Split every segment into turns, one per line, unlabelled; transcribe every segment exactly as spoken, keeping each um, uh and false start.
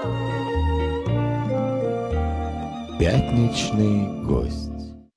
Пятничный гость.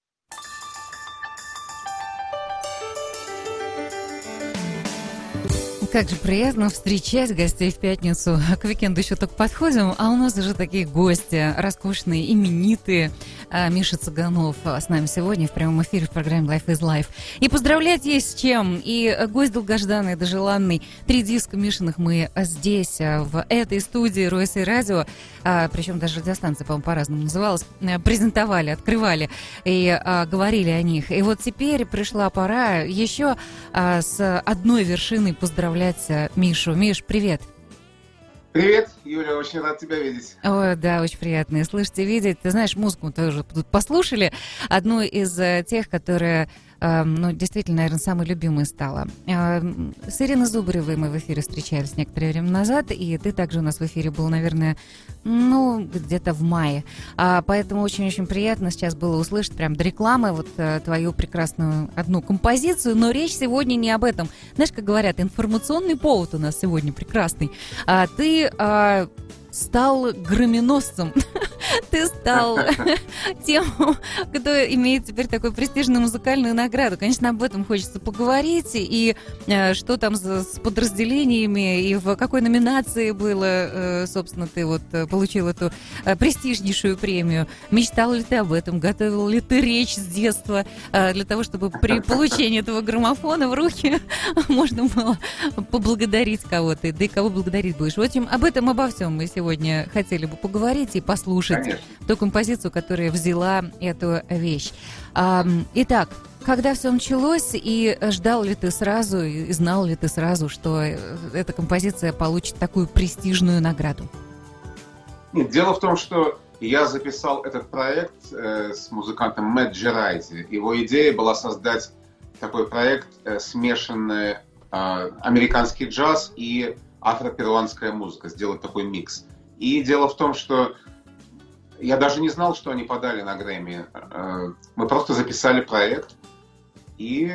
Как же приятно встречать гостей в пятницу. К уикенду еще только подходим, а у нас уже такие гости, роскошные, именитые. Миша Цыганов с нами сегодня в прямом эфире в программе Life is Life. И поздравлять есть с чем. И гость долгожданный, дожеланный. Три диска Мишиных мы здесь, в этой студии Ройс и Радио, причем даже радиостанция, по-моему, по-разному называлась, презентовали, открывали и говорили о них. И вот теперь пришла пора еще с одной вершиной поздравлять Мишу. Миш, привет.
Привет, Юля, очень рад тебя видеть.
Ой, да, очень приятно слышать и видеть. Ты знаешь, музыку мы тоже тут послушали. Одну из тех, которая, э, ну, действительно, наверное, самой любимой стала. Э, с Ириной Зубаревой мы в эфире встречались некоторое время назад, и ты также у нас в эфире был, наверное, ну, где-то в мае. А, поэтому очень-очень приятно сейчас было услышать прям до рекламы вот э, твою прекрасную одну композицию, но речь сегодня не об этом. Знаешь, как говорят, информационный повод у нас сегодня прекрасный. А, ты а, стал громоносцем. Ты стал тем, кто имеет теперь такую престижную музыкальную награду. Конечно, об этом хочется поговорить. И э, что там за, с подразделениями, и в какой номинации было, э, собственно, ты вот получил эту э, престижнейшую премию. Мечтал ли ты об этом? Готовил ли ты речь с детства э, для того, чтобы при получении этого граммофона в руки можно было поблагодарить кого-то? Да и кого благодарить будешь? В общем, об этом, обо всем мы сегодня хотели бы поговорить и послушать. Конечно. Ту композицию, которая взяла эту вещь. Итак, когда все началось, и ждал ли ты сразу, и знал ли ты сразу, что эта композиция получит такую престижную награду?
Нет, дело в том, что я записал этот проект э, с музыкантом Мэтт Джерайзи. Его идея была создать такой проект, э, смешанный э, американский джаз и афро-перуанская музыка, сделать такой микс. И дело в том, что я даже не знал, что они подали на Грэмми. Мы просто записали проект, и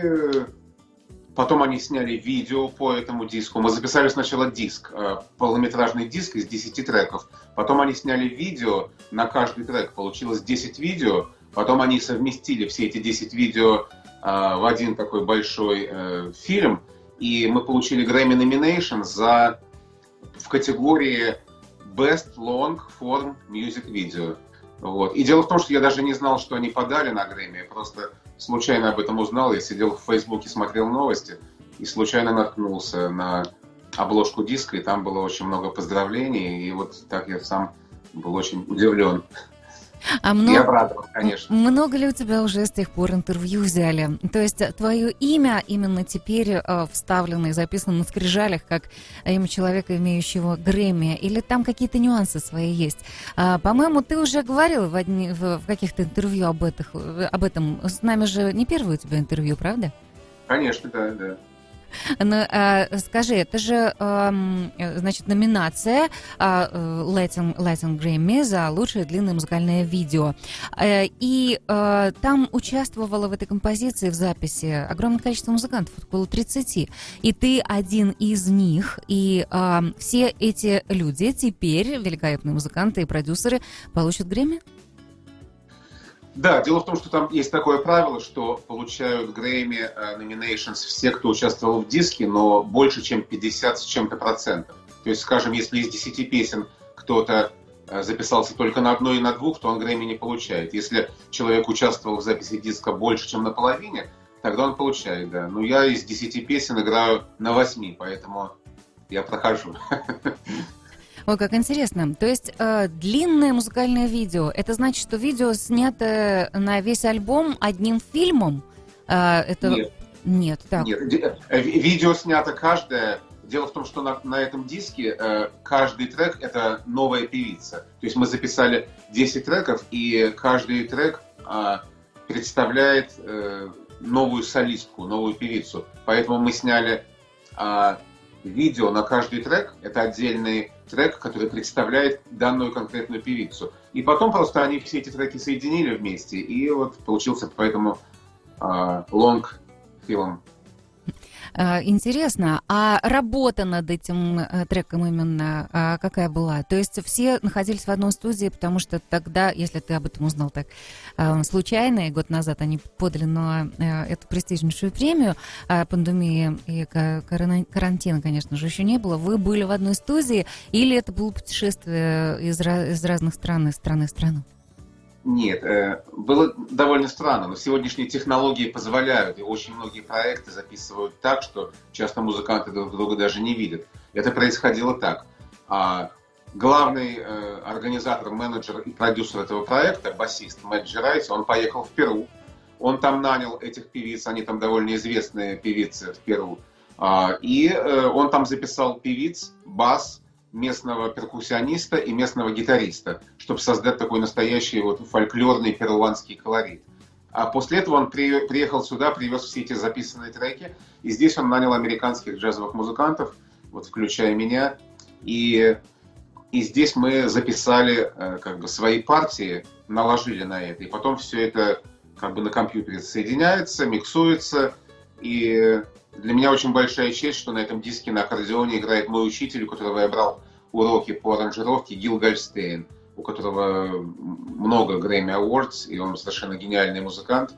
потом они сняли видео по этому диску. Мы записали сначала диск, полнометражный диск из десяти треков. Потом они сняли видео на каждый трек. Получилось десять видео. Потом они совместили все эти десять видео в один такой большой фильм. И мы получили Grammy Nomination за, в категории Best Long Form Music Video. Вот. И дело в том, что я даже не знал, что они подали на Грэмми. Я просто случайно об этом узнал. Я сидел в Фейсбуке, смотрел новости и случайно наткнулся на обложку диска, и там было очень много поздравлений. И вот так я сам был очень удивлен.
А много,
и обрадован, конечно.
Много ли у тебя уже с тех пор интервью взяли? То есть твое имя именно теперь э, вставлено и записано на скрижалях, как имя человека, имеющего Грэмми, или там какие-то нюансы свои есть? А, по-моему, ты уже говорил в, одни, в, в каких-то интервью об, этих, об этом. С нами же не первое у тебя интервью, правда?
Конечно, да, да.
Ну, а, скажи, это же, а, значит, номинация а, Latin, Latin Grammy за лучшее длинное музыкальное видео. А, и а, там участвовало в этой композиции, в записи, огромное количество музыкантов, около тридцати. И ты один из них. И а, все эти люди теперь, великолепные музыканты и продюсеры, получат Грэмми?
Да, дело в том, что там есть такое правило, что получают Grammy Nominations все, кто участвовал в диске, но больше, чем пятьдесят с чем-то процентов. То есть, скажем, если из десяти песен кто-то записался только на одной и на двух, то он Грэмми не получает. Если человек участвовал в записи диска больше, чем на половине, тогда он получает, да. Но я из десяти песен играю на восьми, поэтому я прохожу.
Ой, как интересно. То есть э, длинное музыкальное видео. Это значит, что видео снято на весь альбом одним фильмом? Э, это...
Нет.
Нет, так.
Нет. Видео снято каждое. Дело в том, что на, на этом диске э, каждый трек — это новая певица. То есть мы записали десять треков, и каждый трек э, представляет э, новую солистку, новую певицу. Поэтому мы сняли э, видео на каждый трек. Это отдельный трек, который представляет данную конкретную певицу. И потом просто они все эти треки соединили вместе, и вот получился поэтому э, long film.
Интересно, а работа над этим треком именно какая была? То есть все находились в одной студии, потому что тогда, если ты об этом узнал так случайно, и год назад они подали на эту престижнейшую премию, пандемии и карантина, конечно же, еще не было, вы были в одной студии, или это было путешествие из, из разных стран, из страны в страну?
Нет, э, было довольно странно, но сегодняшние технологии позволяют, и очень многие проекты записывают так, что часто музыканты друг друга даже не видят. Это происходило так. А главный э, организатор, менеджер и продюсер этого проекта, басист Мэтт Джерайси, он поехал в Перу. Он там нанял этих певиц, они там довольно известные певицы в Перу. А, и э, он там записал певиц, бас, местного перкуссиониста и местного гитариста, чтобы создать такой настоящий вот фольклорный перуанский колорит. А после этого он при, приехал сюда, привез все эти записанные треки, и здесь он нанял американских джазовых музыкантов, вот включая меня, и, и здесь мы записали э, как бы свои партии, наложили на это, и потом все это как бы на компьютере соединяется, миксуется, и для меня очень большая честь, что на этом диске на аккордеоне играет мой учитель, у которого я брал уроки по аранжировке, Гил Гольстейн, у которого много Grammy Awards, и он совершенно гениальный музыкант.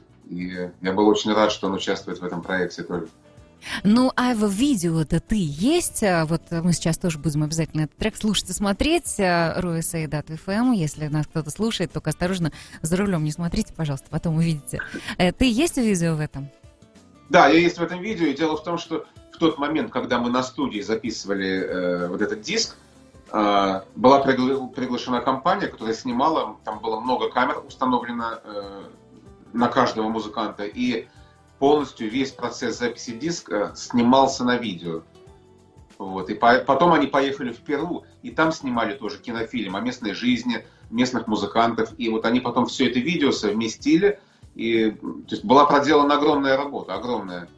И я был очень рад, что он участвует в этом проекте тоже.
Ну, а в видео-то ты есть? Вот мы сейчас тоже будем обязательно этот трек слушать и смотреть. Ruesay.эф эм. Если нас кто-то слушает, только осторожно, за рулем не смотрите, пожалуйста, потом увидите. Ты есть в видео в этом?
Да, я есть в этом видео. И дело в том, что в тот момент, когда мы на студии записывали э, вот этот диск, э, была пригла- приглашена компания, которая снимала, там было много камер установлено э, на каждого музыканта, и полностью весь процесс записи диска снимался на видео. Вот. И по- потом они поехали в Перу, и там снимали тоже кинофильм о местной жизни, местных музыкантов, и вот они потом все это видео совместили. И то есть была проделана огромная работа, огромная.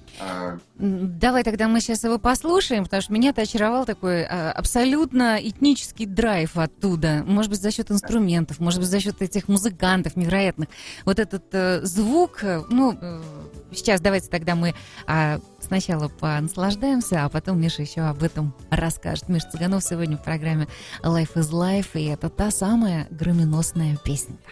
Давай тогда мы сейчас его послушаем, потому что меня-то очаровал такой а, абсолютно этнический драйв оттуда. Может быть, за счет инструментов, может быть, за счет этих музыкантов невероятных. Вот этот э, звук, ну, э, сейчас давайте тогда мы а, сначала понаслаждаемся, а потом Миша еще об этом расскажет. Миша Цыганов сегодня в программе Life is Life, и это та самая громоносная песенка.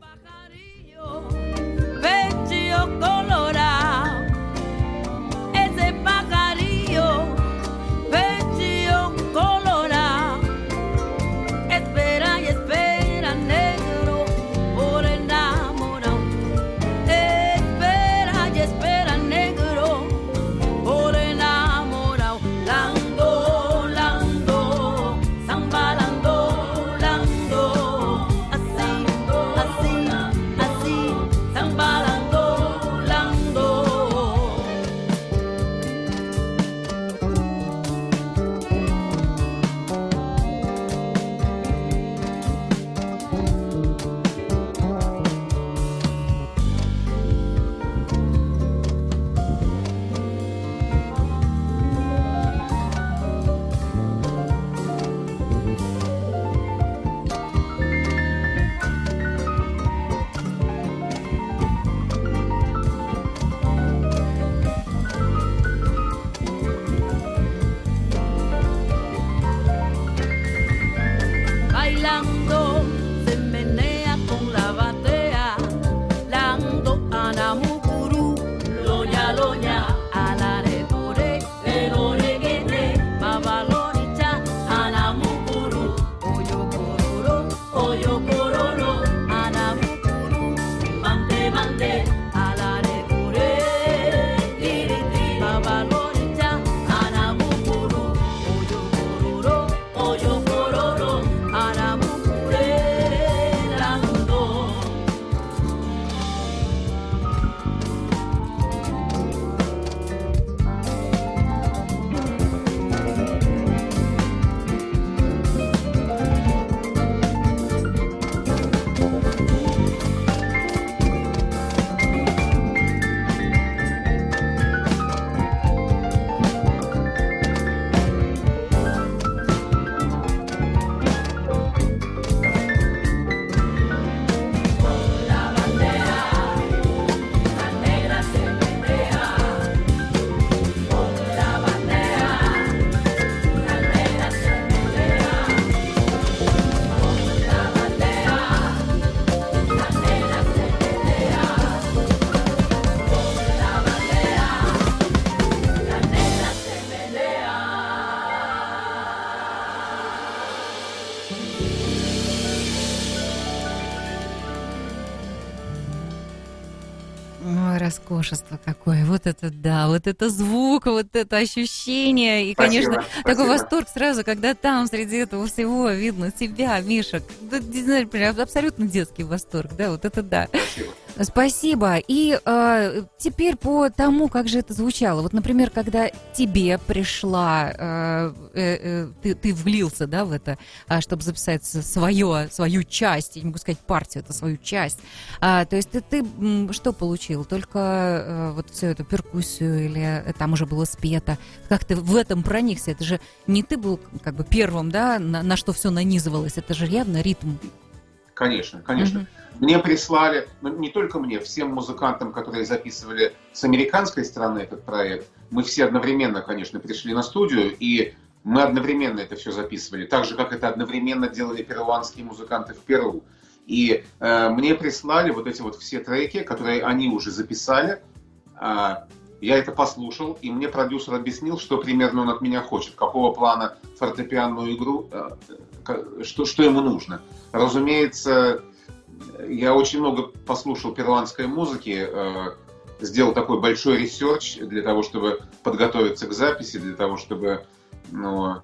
Colorado, ese pajarillo, vestido colorado, espera y espera negro por enamorado, espera y espera negro por enamorado, lando, lando, zamba, lando, lando, así, así.
Ой, роскошество какое. Вот это да, вот это звук, вот это ощущение. И,
Спасибо,
конечно,
спасибо.
такой восторг сразу, когда там среди этого всего видно тебя, Миша. Да, не знаю, прям абсолютно детский восторг, да, вот это да.
Спасибо.
Спасибо. И э, теперь по тому, как же это звучало. Вот, например, когда тебе пришла, э, э, э, ты, ты влился, да, в это, э, чтобы записать свое, свою часть, я не могу сказать партию, это свою часть. А, то есть ты, ты м, что получил? Только э, вот всю эту перкуссию или там уже было спето? Как ты в этом проникся? Это же не ты был как бы первым, да, на, на что все нанизывалось. Это же явно ритм.
Конечно, конечно.
Мгм.
Мне прислали, ну не только мне, всем музыкантам, которые записывали с американской стороны этот проект, мы все одновременно, конечно, пришли на студию, и мы одновременно это все записывали, так же, как это одновременно делали перуанские музыканты в Перу. И э, мне прислали вот эти вот все треки, которые они уже записали. Э, я это послушал, и мне продюсер объяснил, что примерно он от меня хочет, какого плана фортепианную игру, э, что, что ему нужно. Разумеется, я очень много послушал перуанской музыки, э, сделал такой большой ресерч для того, чтобы подготовиться к записи, для того, чтобы ну,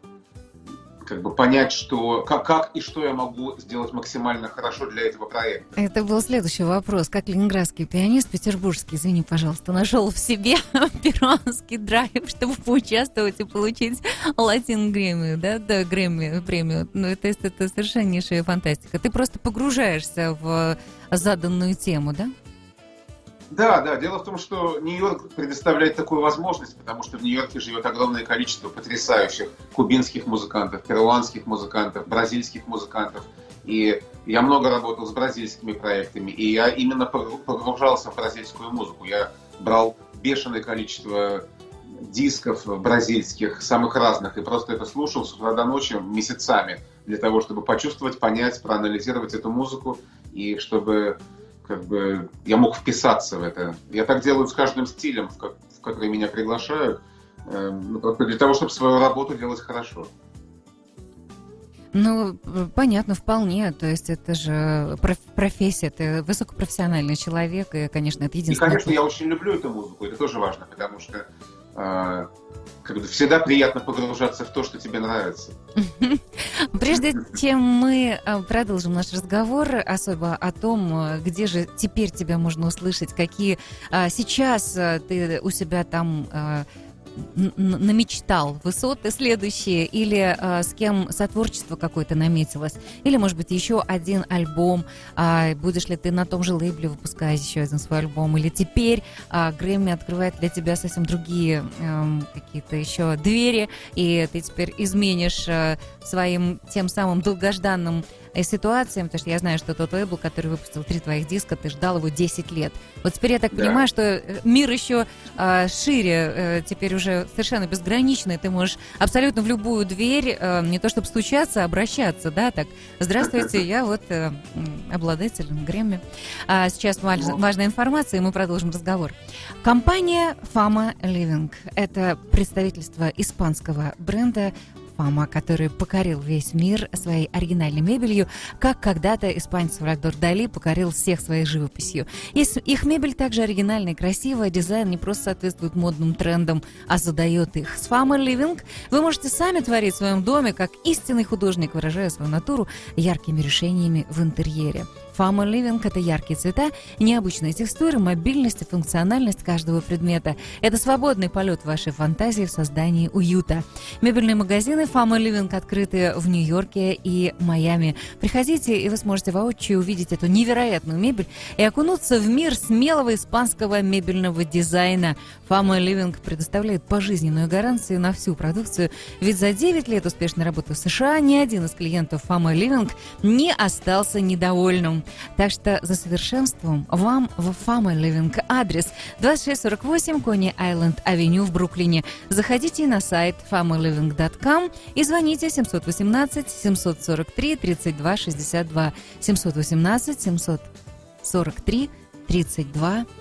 как бы понять, что, как, как и что я могу сделать максимально хорошо для этого проекта.
Это был следующий вопрос. Как ленинградский пианист, петербургский, извини, пожалуйста, нашел в себе перуанский драйв, чтобы поучаствовать и получить Латин Грэмми, да, да, Грэмми премию. Ну, то есть это совершеннейшая фантастика. Ты просто погружаешься в заданную тему, да?
Да, да. Дело в том, что Нью-Йорк предоставляет такую возможность, потому что в Нью-Йорке живет огромное количество потрясающих кубинских музыкантов, перуанских музыкантов, бразильских музыкантов. И я много работал с бразильскими проектами, и я именно погружался в бразильскую музыку. Я брал бешеное количество дисков бразильских, самых разных, и просто это слушал с утра до ночи месяцами, для того, чтобы почувствовать, понять, проанализировать эту музыку, и чтобы... как бы я мог вписаться в это. Я так делаю с каждым стилем, в, как, в который меня приглашают, э, для того, чтобы свою работу делать хорошо.
Ну, понятно, вполне. То есть это же профессия, ты высокопрофессиональный человек, и, конечно, это единственное...
И, конечно, я очень люблю эту музыку, это тоже важно, потому что э, как бы всегда приятно погружаться в то, что тебе нравится.
Прежде чем мы продолжим наш разговор, особо о том, где же теперь тебя можно услышать, какие сейчас ты у себя там намечтал высоты следующие, или э, с кем сотворчество какое-то наметилось, или, может быть, еще один альбом, э, будешь ли ты на том же лейбле выпускать еще один свой альбом, или теперь э, Грэмми открывает для тебя совсем другие э, какие-то еще двери, и ты теперь изменишь э, своим тем самым долгожданным ситуациям, потому что я знаю, что тот лейбл, который выпустил три твоих диска, ты ждал его десять лет. Вот теперь я так да. понимаю, что мир еще э, шире, э, теперь уже совершенно безграничный, ты можешь абсолютно в любую дверь, э, не то чтобы стучаться, а обращаться, да, так, здравствуйте, я вот э, обладатель Грэмми. А сейчас важ, важная информация, и мы продолжим разговор. Компания Fama Living – это представительство испанского бренда Fama, который покорил весь мир своей оригинальной мебелью, как когда-то испанец Сальвадор Дали покорил всех своей живописью. Их мебель также оригинальная и красивая, дизайн не просто соответствует модным трендам, а задает их. С Fama Living вы можете сами творить в своем доме, как истинный художник, выражая свою натуру яркими решениями в интерьере. Fama Living – это яркие цвета, необычные текстуры, мобильность и функциональность каждого предмета. Это свободный полет вашей фантазии в создании уюта. Мебельные магазины Fama Living открыты в Нью-Йорке и Майами. Приходите, и вы сможете воочию увидеть эту невероятную мебель и окунуться в мир смелого испанского мебельного дизайна. Fama Living предоставляет пожизненную гарантию на всю продукцию, ведь за девять лет успешной работы в США ни один из клиентов Fama Living не остался недовольным. Так что за совершенством вам в Fama Living. Адрес двадцать шесть сорок восемь Кони Айленд Авеню в Бруклине. Заходите на сайт фама ливинг точка ком и звоните семь один восемь семь сорок три тридцать два шестьдесят два. семь один восемь семь сорок три тридцать два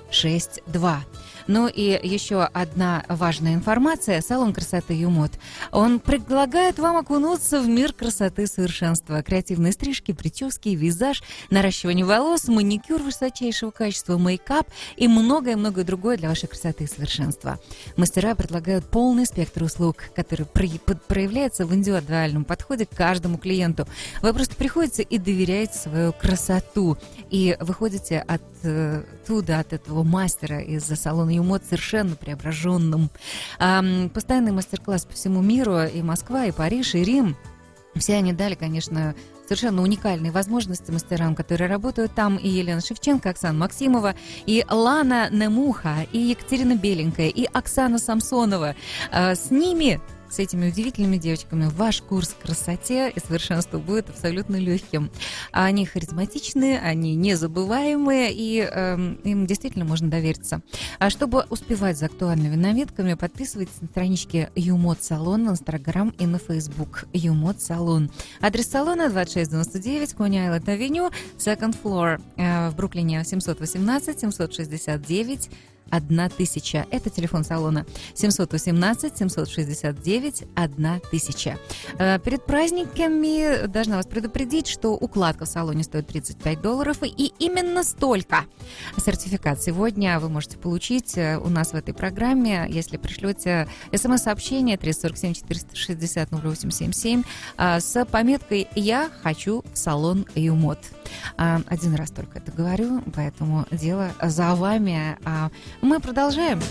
шесть два. Ну и еще одна важная информация. Салон красоты Юмод. Он предлагает вам окунуться в мир красоты и совершенства. Креативные стрижки, прически, визаж, наращивание волос, маникюр высочайшего качества, мейкап и многое-многое другое для вашей красоты и совершенства. Мастера предлагают полный спектр услуг, который проявляется в индивидуальном подходе к каждому клиенту. Вы просто приходите и доверяете свою красоту. И выходите оттуда, от этого мастера из салона Юмод совершенно преображенным. Постоянный мастер-класс по всему миру, и Москва, и Париж, и Рим. Все они дали, конечно, совершенно уникальные возможности мастерам, которые работают там. И Елена Шевченко, Оксана Максимова, и Лана Немуха, и Екатерина Беленькая, и Оксана Самсонова. С ними... С этими удивительными девочками ваш курс к красоте и совершенству будет абсолютно легким. Они харизматичные, они незабываемые, и э, им действительно можно довериться. А чтобы успевать за актуальными новинками, подписывайтесь на странички Юмод Салон в Инстаграм и на Фейсбук Юмод Салон. Адрес салона двадцать шесть девяносто девять, Кони-Айленд-Авеню, second floor, э, в Бруклине семьсот восемнадцать семьсот шестьдесят девять одна тысяча. Это телефон салона семьсот восемнадцать семьсот шестьдесят девять одна тысяча. Перед праздниками должна вас предупредить, что укладка в салоне стоит тридцать пять долларов, и именно столько сертификат сегодня вы можете получить у нас в этой программе, если пришлете смс-сообщение триста сорок семь четыреста шестьдесят ноль восемь семь семь с пометкой «Я хочу в салон Юмод». Один раз только это говорю, поэтому дело за вами. Мы продолжаем.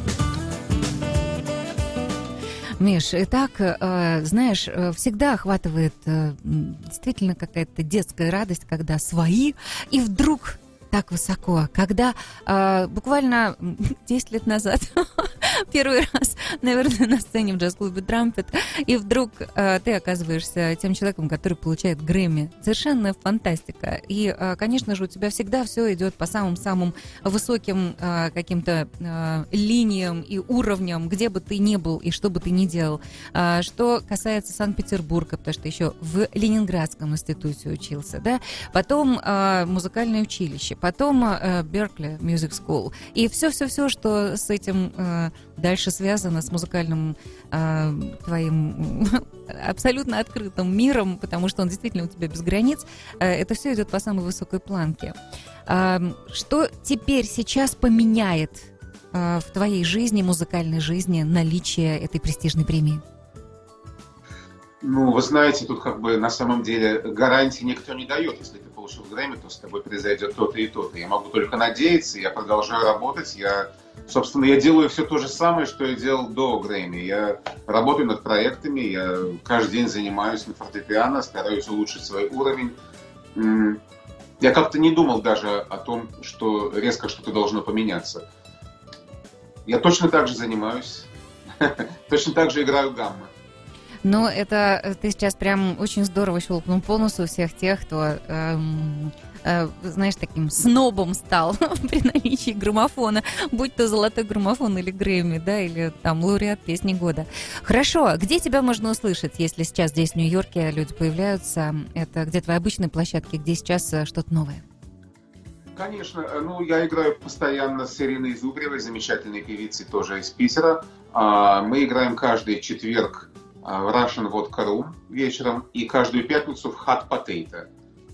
Миш, итак, знаешь, всегда охватывает действительно какая-то детская радость, когда свои, и вдруг так высоко, когда э, буквально десять лет назад первый раз, наверное, на сцене в джаз-клубе «Трампет», и вдруг э, ты оказываешься тем человеком, который получает Грэмми. Совершенно фантастика. И, э, конечно же, у тебя всегда все идет по самым-самым высоким э, каким-то э, линиям и уровням, где бы ты ни был и что бы ты ни делал. Э, что касается Санкт-Петербурга, потому что еще в Ленинградском институте учился, да, потом э, музыкальное училище, потом Беркли Music School. И все-все-все, что с этим э, дальше связано, с музыкальным э, твоим абсолютно открытым миром, потому что он действительно у тебя без границ, э, это все идет по самой высокой планке. Э, что теперь сейчас поменяет э, в твоей жизни, музыкальной жизни, наличие этой престижной премии?
Ну, вы знаете, тут как бы на самом деле гарантии никто не дает. Если ты получил Грэмми, то с тобой произойдет то-то и то-то. Я могу только надеяться, я продолжаю работать. Я, собственно, я делаю все то же самое, что я делал до Грэмми. Я работаю над проектами, я каждый день занимаюсь на фортепиано, стараюсь улучшить свой уровень. Я как-то не думал даже о том, что резко что-то должно поменяться. Я точно так же занимаюсь, точно так же играю гаммы.
Ну, это ты сейчас прям очень здорово щелкнул по носу всех тех, кто, эм, э, знаешь, таким снобом стал при наличии граммофона, будь то золотой граммофон или Грэмми, да, или там лауреат песни года. Хорошо, где тебя можно услышать, если сейчас здесь, в Нью-Йорке, люди появляются? Это где твои обычные площадки, где сейчас что-то новое?
Конечно, ну, я играю постоянно с Ириной Зубревой, замечательной певицей, тоже из Питера. Мы играем каждый четверг в Russian Vodka Room вечером и каждую пятницу в Hot Potato.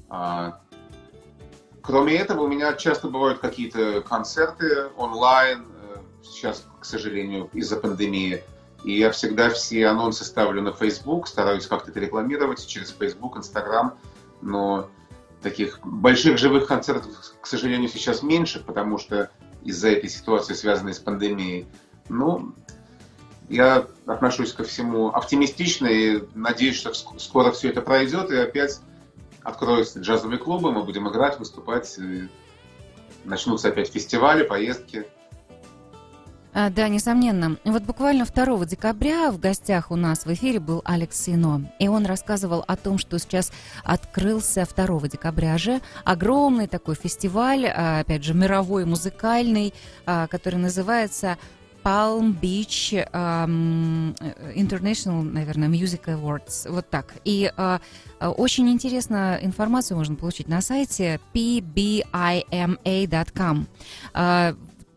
Кроме этого, у меня часто бывают какие-то концерты онлайн, сейчас, к сожалению, из-за пандемии. И я всегда все анонсы ставлю на Facebook, стараюсь как-то это рекламировать через Facebook, Instagram. Но таких больших живых концертов, к сожалению, сейчас меньше, потому что из-за этой ситуации, связанной с пандемией, ну... Я отношусь ко всему оптимистично и надеюсь, что скоро все это пройдет, и опять откроются джазовые клубы, мы будем играть, выступать, начнутся опять фестивали, поездки.
А, да, несомненно. Вот буквально второго декабря в гостях у нас в эфире был Алекс Сино, и он рассказывал о том, что сейчас открылся второго декабря же огромный такой фестиваль, опять же, мировой, музыкальный, который называется Palm Beach um, International, наверное, Music Awards, вот так. И uh, очень интересно, информацию можно получить на сайте пи би ай эм эй точка ком. Uh,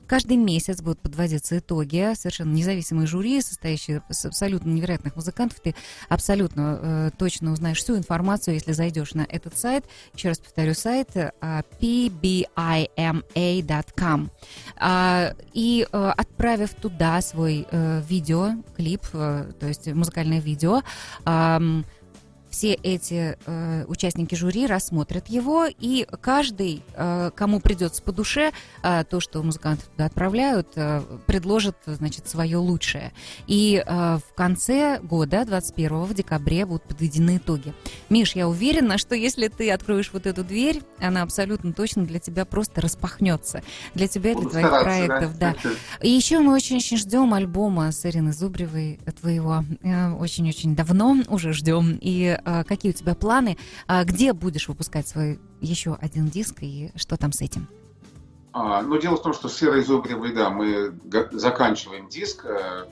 каждый месяц будут подводиться итоги, совершенно независимые жюри, состоящие из абсолютно невероятных музыкантов. Ты абсолютно э, точно узнаешь всю информацию, если зайдешь на этот сайт. Еще раз повторю, сайт э, пи би ай эм эй точка ком. А, и э, отправив туда свой э, видео, клип, э, то есть музыкальное видео, э, все эти э, участники жюри рассмотрят его, и каждый, э, кому придется по душе, э, то, что музыканты туда отправляют, э, предложит, значит, свое лучшее. И э, в конце года, двадцать первого, в декабре, будут подведены итоги. Миш, я уверена, что если ты откроешь вот эту дверь, она абсолютно точно для тебя просто распахнется. Для тебя и для твоих проектов, да. да. И еще мы очень-очень ждем альбома с Ириной Зубревой твоего. Э, очень-очень давно уже ждем. И какие у тебя планы, где будешь выпускать свой еще один диск и что там с этим?
А, ну, дело в том, что с Ирой Зубревой, да, мы га- заканчиваем диск.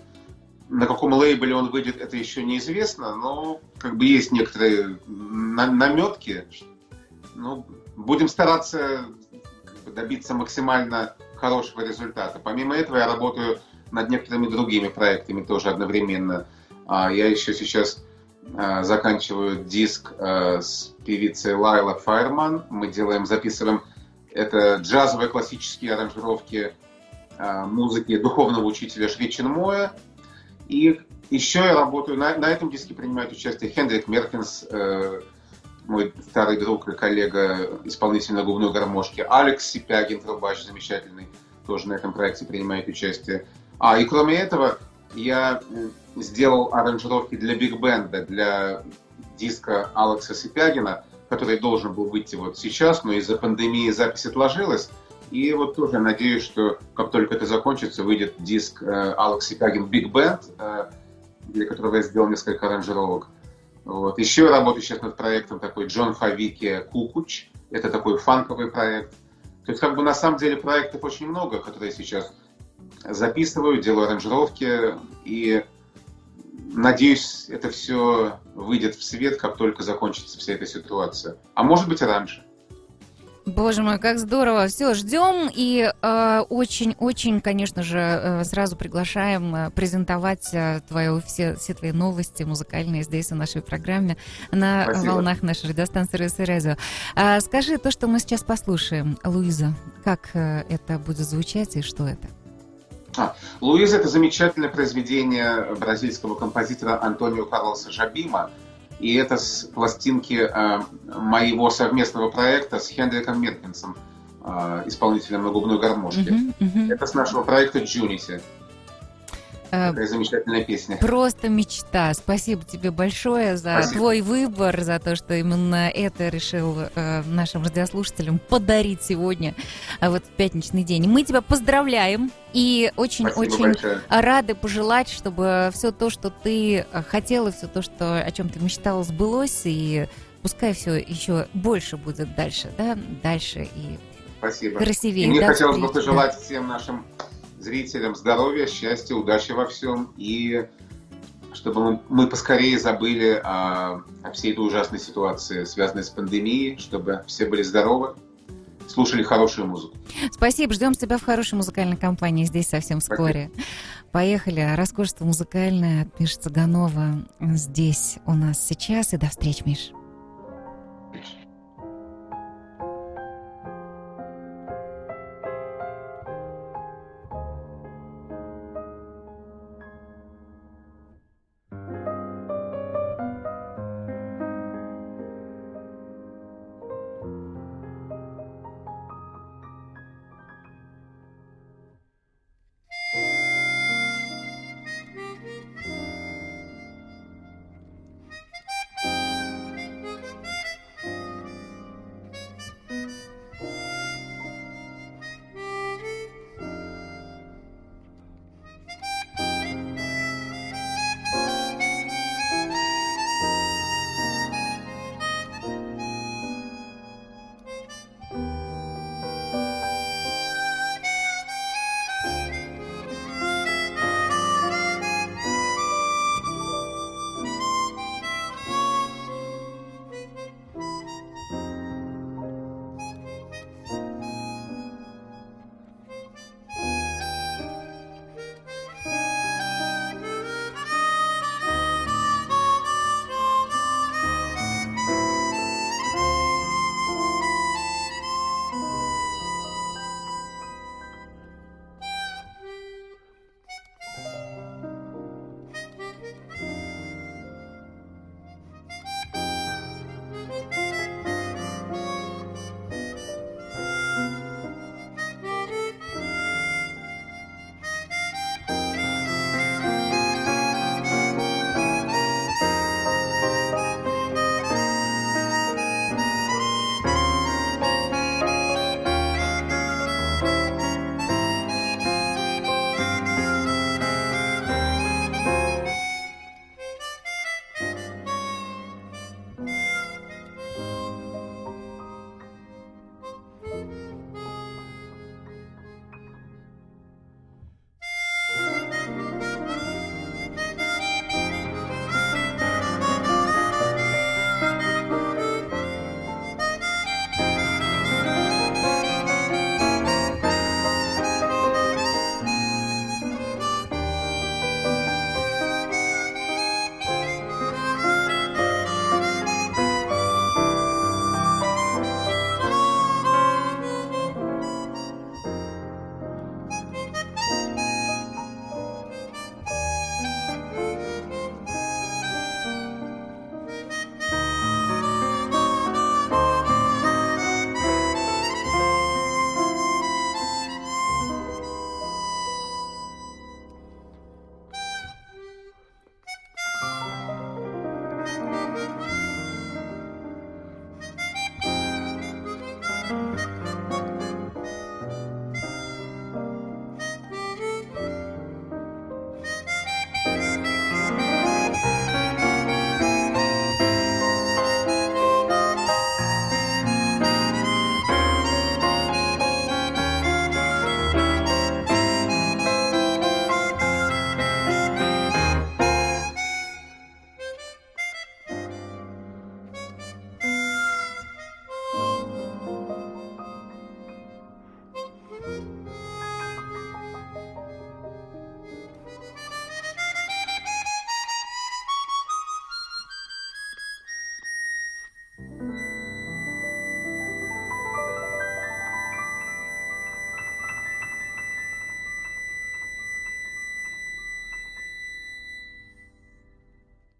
На каком лейбле он выйдет, это еще неизвестно, но как бы есть некоторые на- наметки. Ну, будем стараться как бы добиться максимально хорошего результата. Помимо этого я работаю над некоторыми другими проектами тоже одновременно. А, я еще сейчас заканчиваю диск э, с певицей Лайла Файерман. Мы делаем, записываем это джазовые классические аранжировки э, музыки духовного учителя Шри Чинмоя. И еще я работаю, на, на этом диске принимает участие Хендрик Меркинс, э, мой старый друг и коллега, исполнитель на губной гармошке, Алекс Сипягин, трубач замечательный, тоже на этом проекте принимает участие. А, и кроме этого, я сделал аранжировки для биг-бенда, для диска Алекса Сипягина, который должен был выйти вот сейчас, но из-за пандемии запись отложилась. И вот тоже надеюсь, что как только это закончится, выйдет диск э, Алекс Сипягин Big Band, э, для которого я сделал несколько аранжировок. Вот. Еще я работаю сейчас над проектом такой Джон Фавики Кукуч. Это такой фанковый проект. То есть как бы на самом деле проектов очень много, которые я сейчас записываю, делаю аранжировки и надеюсь, это все выйдет в свет, как только закончится вся эта ситуация. А может быть и раньше.
Боже мой, как здорово. Все, ждем и очень-очень, э, конечно же, э, сразу приглашаем э, презентовать э, твою, все, все твои новости музыкальные здесь в нашей программе на Спасибо. Волнах нашей радиостанции РС Радио. А, скажи, то, что мы сейчас послушаем, Луиза, как э, это будет звучать и что это?
А, Луиза — это замечательное произведение бразильского композитора Антонио Карлоса Жабима. И это с пластинки э, моего совместного проекта с Хендриком Меркинсом, э, исполнителем на губной гармошке. Uh-huh, uh-huh. Это с нашего проекта «Джунити». Такая замечательная песня.
Просто мечта. Спасибо тебе большое за Спасибо. Твой выбор, за то, что именно это решил э, нашим радиослушателям подарить сегодня, э, вот в пятничный день. Мы тебя поздравляем и очень-очень рады пожелать, чтобы все то, что ты хотела, все то, что, о чем ты мечтала, сбылось, и пускай все еще больше будет дальше, да, дальше и
Спасибо.
Красивее.
И мне
да,
хотелось бы
встречи,
пожелать
да.
всем нашим зрителям здоровья, счастья, удачи во всем, и чтобы мы, мы поскорее забыли о, о всей этой ужасной ситуации, связанной с пандемией, чтобы все были здоровы, слушали хорошую музыку.
Спасибо, ждем тебя в хорошей музыкальной компании здесь совсем вскоре. Спасибо. Поехали, роскошество музыкальное от Миши Цыганова здесь у нас сейчас, и до встречи, Миш.